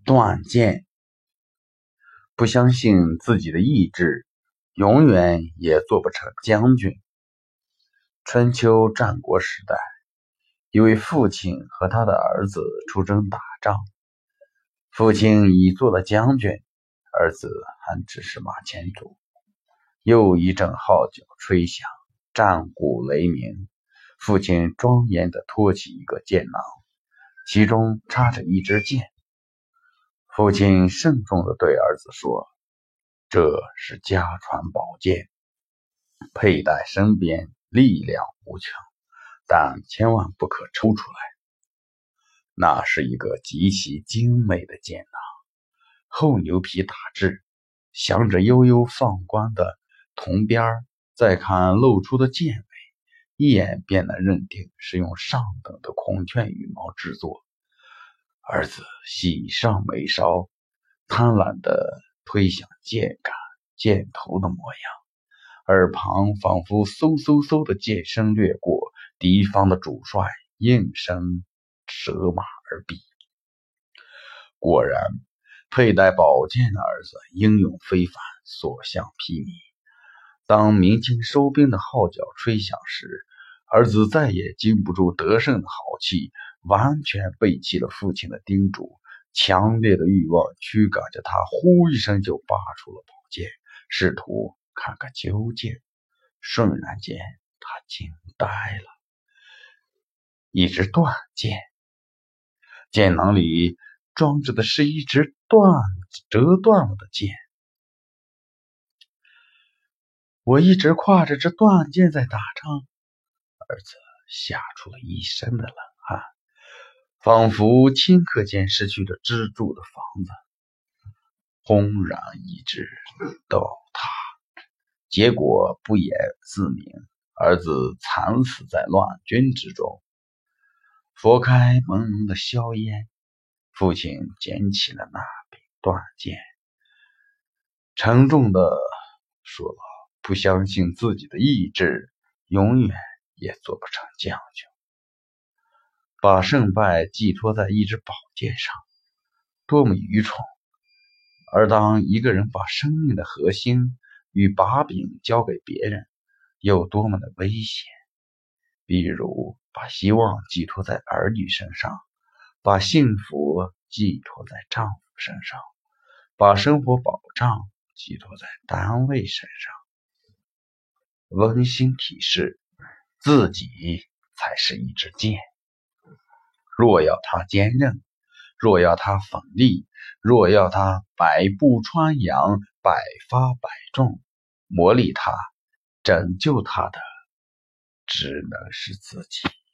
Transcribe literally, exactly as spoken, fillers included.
断剑。不相信自己的意志，永远也做不成将军。春秋战国时代，一位父亲和他的儿子出征打仗，父亲已做了将军，儿子还只是马前卒。又一阵号角吹响，战鼓雷鸣，父亲庄严地托起一个剑囊，其中插着一支箭。父亲慎重地对儿子说：“这是家传宝剑，佩戴身边，力量无穷，但千万不可抽出来。”那是一个极其精美的剑囊，厚牛皮打制，镶着悠悠放光的铜边儿，再看露出的剑尾，一眼便能认定是用上等的孔雀羽毛制作。儿子喜上眉梢，贪婪地推响剑杆箭头的模样，耳旁仿佛嗖嗖嗖的剑声掠过，敌方的主帅应声舍马而毙。果然，佩戴宝剑的儿子英勇非凡，所向披靡。当鸣金收兵的号角吹响时，儿子再也经不住得胜的豪气，完全背弃了父亲的叮嘱。强烈的欲望驱赶着他，呼一声就拔出了宝剑，试图看个究竟。瞬然间，他惊呆了，一支断剑，剑囊里装着的是一支断折断了的剑。我一直挎着这断剑在打仗，儿子吓出了一身的冷汗，仿佛顷刻间失去了支柱的房子轰然一直倒塌，结果不言自明，儿子惨死在乱军之中。拂开蒙蒙的硝烟，父亲捡起了那柄断剑，沉重地说道：“不相信自己的意志，永远也做不成将军。”把胜败寄托在一支宝剑上，多么愚蠢！而当一个人把生命的核心与把柄交给别人，又多么的危险！比如把希望寄托在儿女身上，把幸福寄托在丈夫身上，把生活保障寄托在单位身上。温馨提示：自己才是一支箭，若要它坚韧，若要它锋利，若要它百步穿杨，百发百中，磨砺它，拯救它的只能是自己。